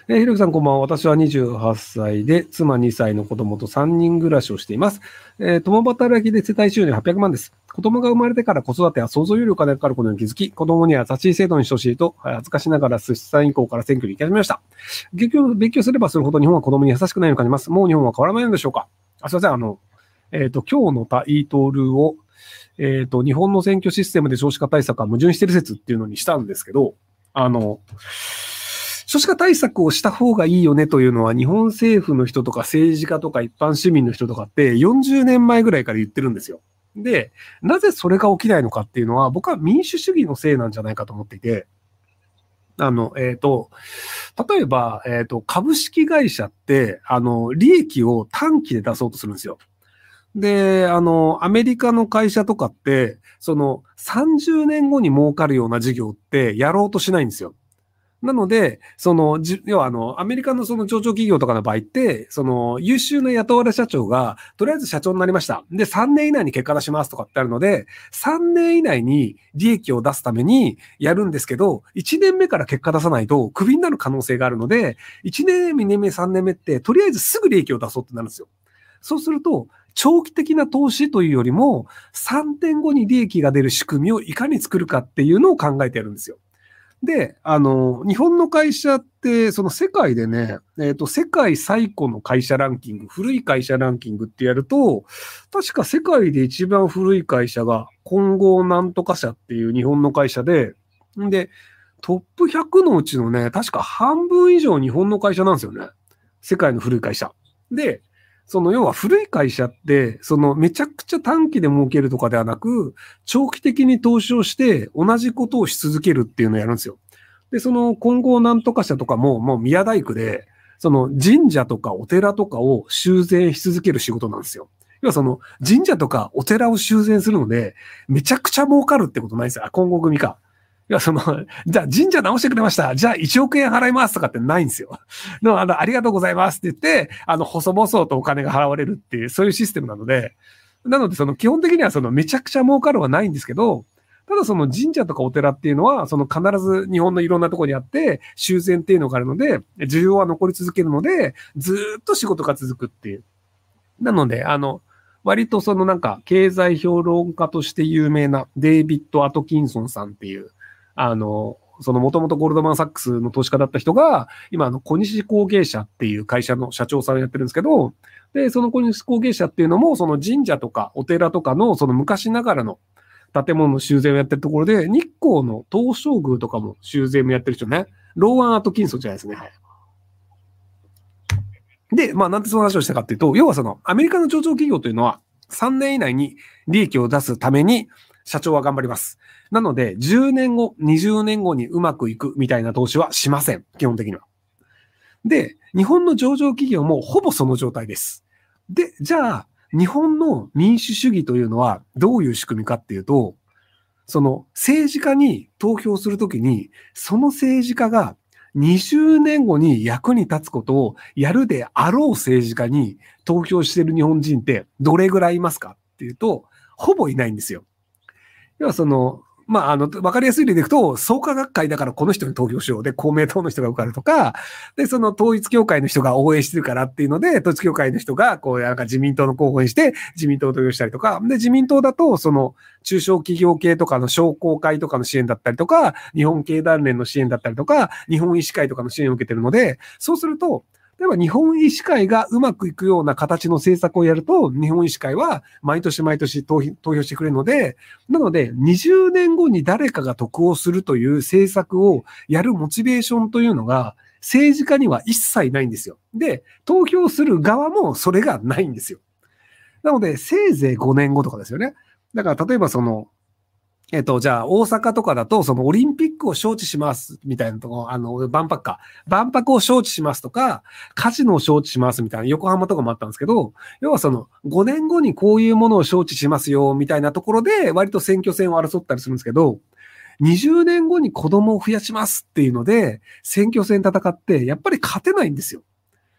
ひろきさんこんばんは。私は28歳で、妻2歳の子供と3人暮らしをしています。共働きで世帯収入800万です。子供が生まれてから子育ては想像よりお金がかかることに気づき、子供には立ち制度にしてほしいと、恥ずかしながら出産以降から選挙に行き始めました。勉強すればするほど日本は子供に優しくないように感じます。もう日本は変わらないのでしょうか。すいません。今日のタイトルを、日本の選挙システムで少子化対策は矛盾している説っていうのにしたんですけど、少子化対策をした方がいいよねというのは日本政府の人とか政治家とか一般市民の人とかって40年前ぐらいから言ってるんですよ。で、なぜそれが起きないのかっていうのは僕は民主主義のせいなんじゃないかと思っていて、例えば、株式会社って、利益を短期で出そうとするんですよ。で、アメリカの会社とかって、その30年後に儲かるような事業ってやろうとしないんですよ。なので、要はアメリカのその上場企業とかの場合って、優秀な雇われ社長が、とりあえず社長になりました。で、3年以内に結果出しますとかってあるので、3年以内に利益を出すためにやるんですけど、1年目から結果出さないとクビになる可能性があるので、1年目、2年目、3年目って、とりあえずすぐ利益を出そうってなるんですよ。そうすると、長期的な投資というよりも、3年後に利益が出る仕組みをいかに作るかっていうのを考えてやるんですよ。で、日本の会社って、その世界でね、世界最古の会社ランキング、古い会社ランキングってやると、確か世界で一番古い会社が、金剛なんとか社っていう日本の会社で、で、トップ100のうちのね、確か半分以上日本の会社なんですよね。世界の古い会社。で、要は古い会社って、めちゃくちゃ短期で儲けるとかではなく、長期的に投資をして同じことをし続けるっていうのをやるんですよ。で、今後なんとか社とかも、もう宮大工で、神社とかお寺とかを修繕し続ける仕事なんですよ。要は神社とかお寺を修繕するので、めちゃくちゃ儲かるってことないですよ。今後組か。いや、じゃあ神社直してくれました。じゃあ1億円払いますとかってないんですよ。ありがとうございますって言って、細々とお金が払われるっていう、そういうシステムなので、なので、基本的にはめちゃくちゃ儲かるはないんですけど、ただ神社とかお寺っていうのは、必ず日本のいろんなところにあって、修繕っていうのがあるので、需要は残り続けるので、ずっと仕事が続くっていう。なので、割と経済評論家として有名なデイビッド・アトキンソンさんっていう、もともとゴールドマンサックスの投資家だった人が、今小西工芸社っていう会社の社長さんをやってるんですけど、で、その小西工芸社っていうのも、神社とかお寺とかの昔ながらの建物の修繕をやってるところで、日光の東照宮とかも修繕もやってる人ね。ローアン・アトキンソンじゃないですね。はい。で、なんでその話をしたかっていうと、要はアメリカの上場企業というのは、3年以内に利益を出すために、社長は頑張ります。なので、10年後、20年後にうまくいくみたいな投資はしません。基本的には。で、日本の上場企業もほぼその状態です。で、じゃあ、日本の民主主義というのはどういう仕組みかっていうと、政治家に投票するときに、その政治家が20年後に役に立つことをやるであろう政治家に投票している日本人ってどれぐらいいますかっていうと、ほぼいないんですよ。要はわかりやすい例でいくと、創価学会だからこの人に投票しようで、公明党の人が受かるとか、で、統一協会の人が応援してるからっていうので、統一協会の人が、自民党の候補にして、自民党を投票したりとか、で、自民党だと、中小企業系とかの商工会とかの支援だったりとか、日本経団連の支援だったりとか、日本医師会とかの支援を受けてるので、そうすると、例えば日本医師会がうまくいくような形の政策をやると、日本医師会は毎年毎年投票してくれるので、なので20年後に誰かが得をするという政策をやるモチベーションというのが政治家には一切ないんですよ。で、投票する側もそれがないんですよ。なので、せいぜい5年後とかですよね。だから例えばじゃあ、大阪とかだと、オリンピックを招致します、みたいなとこ、万博か。万博を招致しますとか、カジノを招致しますみたいな、横浜とかもあったんですけど、要は5年後にこういうものを招致しますよ、みたいなところで、割と選挙戦を争ったりするんですけど、20年後に子供を増やしますっていうので、選挙戦戦って、やっぱり勝てないんですよ。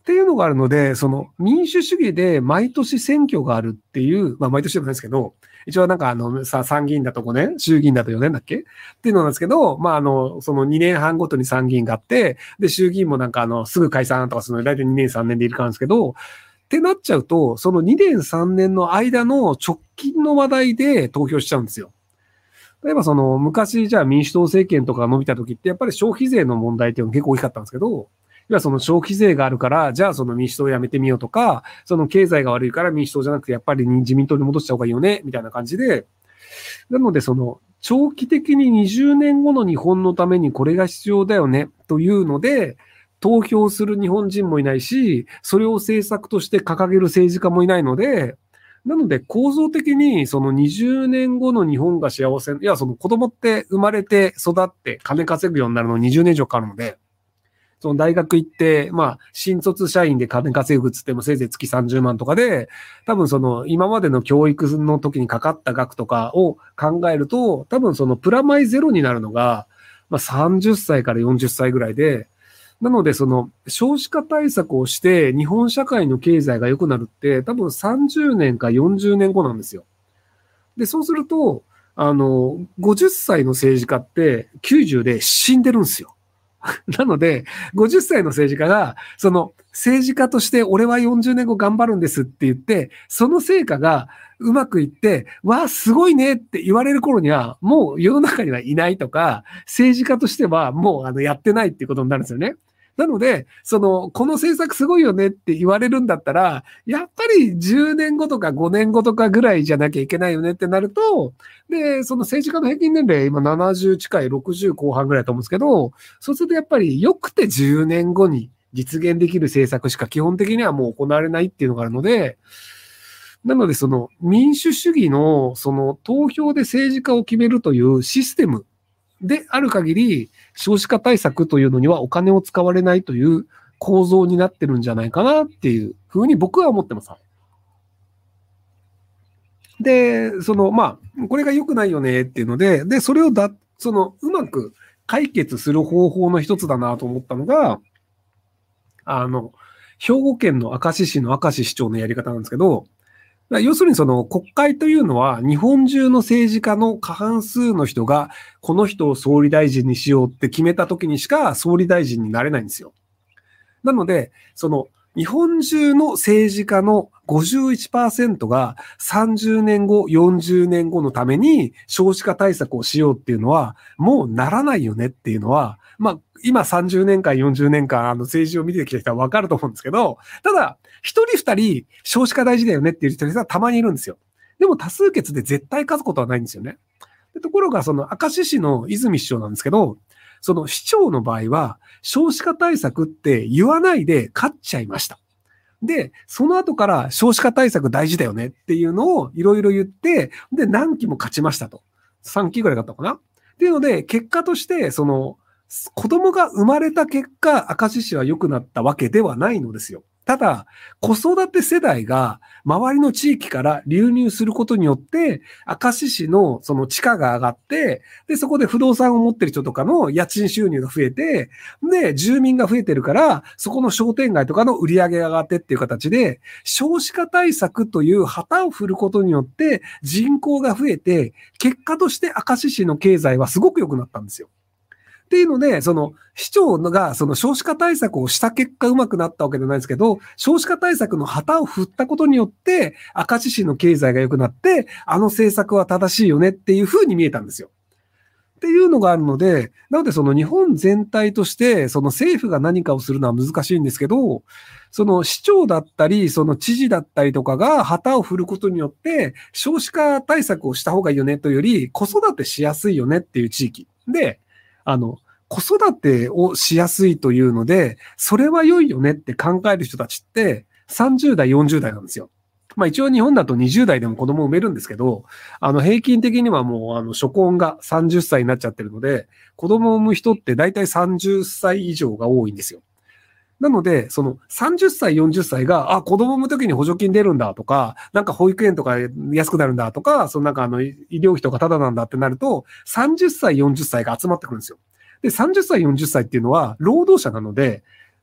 っていうのがあるので、その民主主義で毎年選挙があるっていう、まあ毎年でもないですけど、一応なんか参議院だと5年、衆議院だと4年だっけっていうのなんですけど、まあその2年半ごとに参議院があって、で、衆議院もなんかすぐ解散とか、その大体2年3年でいるかなんですけど、ってなっちゃうと、その2年3年の間の直近の話題で投票しちゃうんですよ。例えばその昔じゃあ民主党政権とかが伸びた時ってやっぱり消費税の問題っていうのが結構大きかったんですけど、要はその消費税があるから、じゃあその民主党をやめてみようとか、その経済が悪いから民主党じゃなくてやっぱり自民党に戻した方がいいよね、みたいな感じで。なのでその長期的に20年後の日本のためにこれが必要だよね、というので、投票する日本人もいないし、それを政策として掲げる政治家もいないので、なので構造的にその20年後の日本が幸せ、いやその子供って生まれて育って金稼ぐようになるの20年以上かかるので、その大学行って、まあ、新卒社員で金稼ぐっつってもせいぜい月30万とかで、多分その今までの教育の時にかかった額とかを考えると、多分そのプラマイゼロになるのが、まあ30歳から40歳ぐらいで、なのでその少子化対策をして日本社会の経済が良くなるって多分30年か40年後なんですよ。で、そうすると、50歳の政治家って90で死んでるんですよ。なので、50歳の政治家が、その政治家として俺は40年後頑張るんですって言って、その成果がうまくいって、わあ、すごいねって言われる頃には、もう世の中にはいないとか、政治家としてはもうやってないっていうことになるんですよね。なので、この政策すごいよねって言われるんだったら、やっぱり10年後とか5年後とかぐらいじゃなきゃいけないよねってなると、で、その政治家の平均年齢、今70近い60後半ぐらいだと思うんですけど、そうするとやっぱりよくて10年後に実現できる政策しか基本的にはもう行われないっていうのがあるので、なのでその民主主義のその投票で政治家を決めるというシステムである限り、少子化対策というのにはお金を使われないという構造になってるんじゃないかなっていうふうに僕は思ってます。で、まあ、これが良くないよねっていうので、で、それをうまく解決する方法の一つだなと思ったのが、兵庫県の明石市の明石市長のやり方なんですけど、要するにその国会というのは日本中の政治家の過半数の人がこの人を総理大臣にしようって決めた時にしか総理大臣になれないんですよ。なので、その日本中の政治家の51%が30年後、40年後のために少子化対策をしようっていうのはもうならないよねっていうのは、まあ今30年間、40年間政治を見てきた人はわかると思うんですけど、ただ一人二人少子化大事だよねっていう人はたまにいるんですよ。でも多数決で絶対勝つことはないんですよね。ところがその明石市の泉市長なんですけど、その市長の場合は少子化対策って言わないで勝っちゃいました。で、その後から少子化対策大事だよねっていうのをいろいろ言って、で、何期も勝ちましたと。3期ぐらいだったかなっていうので、結果として、子供が生まれた結果、明石市は良くなったわけではないのですよ。ただ、子育て世代が周りの地域から流入することによって、明石市のその地価が上がって、で、そこで不動産を持ってる人とかの家賃収入が増えて、で、住民が増えてるから、そこの商店街とかの売り上げが上がってっていう形で、少子化対策という旗を振ることによって人口が増えて、結果として明石市の経済はすごく良くなったんですよ。っていうので、市長が少子化対策をした結果うまくなったわけじゃないですけど、少子化対策の旗を振ったことによって、明石市の経済が良くなって、政策は正しいよねっていう風に見えたんですよ。っていうのがあるので、なので日本全体として、政府が何かをするのは難しいんですけど、市長だったり、知事だったりとかが旗を振ることによって、少子化対策をした方がいいよねというより、子育てしやすいよねっていう地域で、子育てをしやすいというので、それは良いよねって考える人たちって30代、40代なんですよ。まあ一応日本だと20代でも子供を産めるんですけど、平均的にはもう初婚が30歳になっちゃってるので、子供を産む人って大体30歳以上が多いんですよ。なので、30歳、40歳が、子供を産むときに補助金出るんだとか、なんか保育園とか安くなるんだとか、なんか医療費とかタダなんだってなると、30歳、40歳が集まってくるんですよ。で、30歳、40歳っていうのは労働者なので、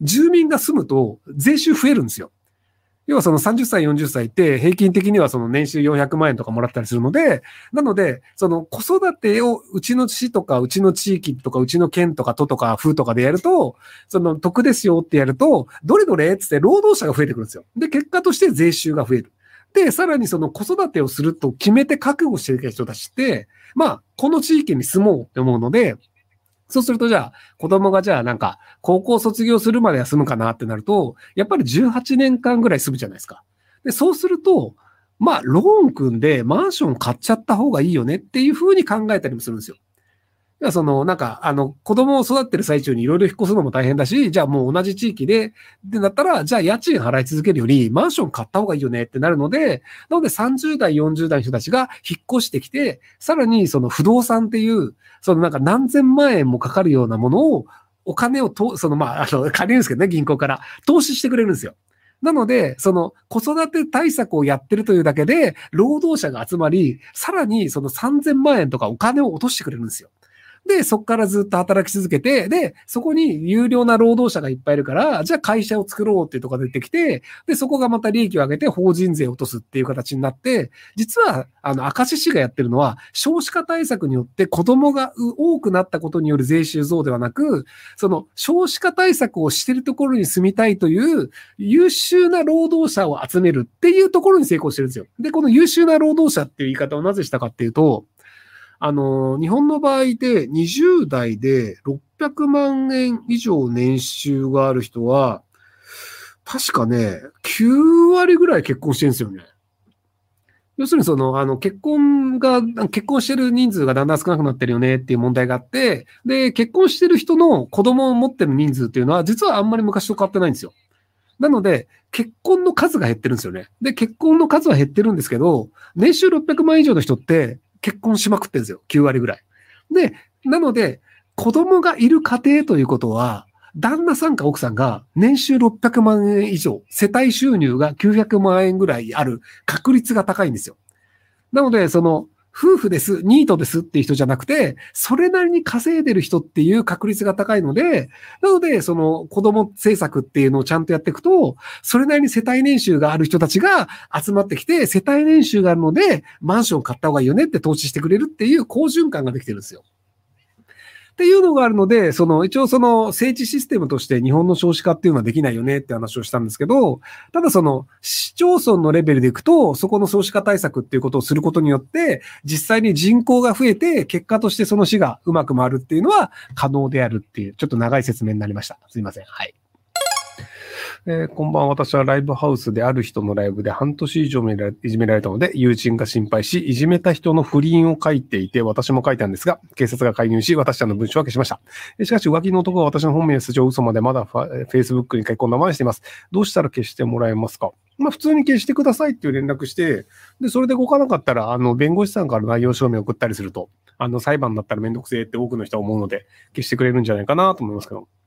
住民が住むと税収増えるんですよ。要はその30歳、40歳って平均的にはその年収400万円とかもらったりするので、なので、その子育てをうちの市とかうちの地域とかうちの県とか都とか府とかでやると、その得ですよってやると、どれどれっつって労働者が増えてくるんですよ。で、結果として税収が増える。で、さらにその子育てをすると決めて覚悟してる人たちって、まあ、この地域に住もうって思うので、そうするとじゃあ、子供がじゃあなんか、高校卒業するまでは住むかなってなると、やっぱり18年間ぐらい住むじゃないですか。で、そうすると、まあ、ローン組んでマンション買っちゃった方がいいよねっていうふうに考えたりもするんですよ。いや、その、なんか、子供を育ってる最中にいろいろ引っ越すのも大変だし、じゃあもう同じ地域でなったら、じゃあ家賃払い続けるより、マンション買った方がいいよねってなるので、なので30代、40代の人たちが引っ越してきて、さらにその不動産っていう、そのなんか何千万円もかかるようなものを、お金を借りるんですけどね、銀行から、投資してくれるんですよ。なので、その子育て対策をやってるというだけで、労働者が集まり、さらにその3000万円とかお金を落としてくれるんですよ。で、そこからずっと働き続けて、で、そこに有料な労働者がいっぱいいるから、じゃあ会社を作ろうっていうところが出てきて、で、そこがまた利益を上げて法人税を落とすっていう形になって、実は、明石市がやってるのは、少子化対策によって子供が多くなったことによる税収増ではなく、その少子化対策をしているところに住みたいという優秀な労働者を集めるっていうところに成功してるんですよ。で、この優秀な労働者っていう言い方をなぜしたかっていうと、日本の場合で20代で600万円以上年収がある人は、確かね、9割ぐらい結婚してるんですよね。要するに結婚してる人数がだんだん少なくなってるよねっていう問題があって、で、結婚してる人の子供を持ってる人数っていうのは、実はあんまり昔と変わってないんですよ。なので、結婚の数が減ってるんですよね。で、結婚の数は減ってるんですけど、年収600万以上の人って結婚しまくってるんですよ。9割ぐらい。で、なので、子供がいる家庭ということは、旦那さんか奥さんが年収600万円以上、世帯収入が900万円ぐらいある確率が高いんですよ。なので、夫婦です、ニートですっていう人じゃなくて、それなりに稼いでる人っていう確率が高いので、なので、子供政策っていうのをちゃんとやっていくと、それなりに世帯年収がある人たちが集まってきて、世帯年収があるので、マンションを買った方がいいよねって投資してくれるっていう好循環ができてるんですよ。っていうのがあるので、一応政治システムとして日本の少子化っていうのはできないよねって話をしたんですけど、ただ市町村のレベルでいくと、そこの少子化対策っていうことをすることによって、実際に人口が増えて、結果としてその市がうまく回るっていうのは可能であるっていう、ちょっと長い説明になりました。すいません。はい。こんばんは。私はライブハウスである人のライブで半年以上いじめられたので、友人が心配し、いじめた人の不倫を書いていて、私も書いたんですが、警察が介入し、私たちの文章は消しました。しかし、浮気の男が私の本名や素性嘘までまだFacebook に書き込んだままにしています。どうしたら消してもらえますか？まあ、普通に消してくださいっていう連絡して、で、それで動かなかったら、弁護士さんから内容証明を送ったりすると、裁判だったらめんどくせえって多くの人は思うので、消してくれるんじゃないかなと思いますけど。